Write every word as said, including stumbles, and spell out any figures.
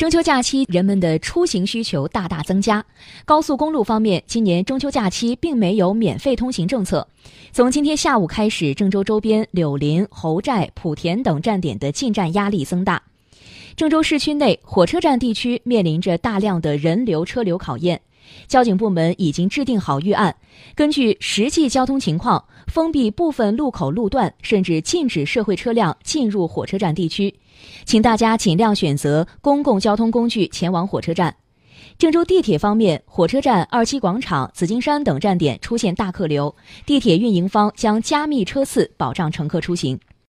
中秋假期，人们的出行需求大大增加。高速公路方面，今年中秋假期并没有免费通行政策。从今天下午开始，郑州周边柳林、侯寨、莆田等站点的进站压力增大。郑州市区内火车站地区面临着大量的人流车流考验，交警部门已经制定好预案，根据实际交通情况，封闭部分路口路段，甚至禁止社会车辆进入火车站地区。请大家尽量选择公共交通工具前往火车站。郑州地铁方面，火车站、二七广场、紫金山等站点出现大客流，地铁运营方将加密车次，保障乘客出行。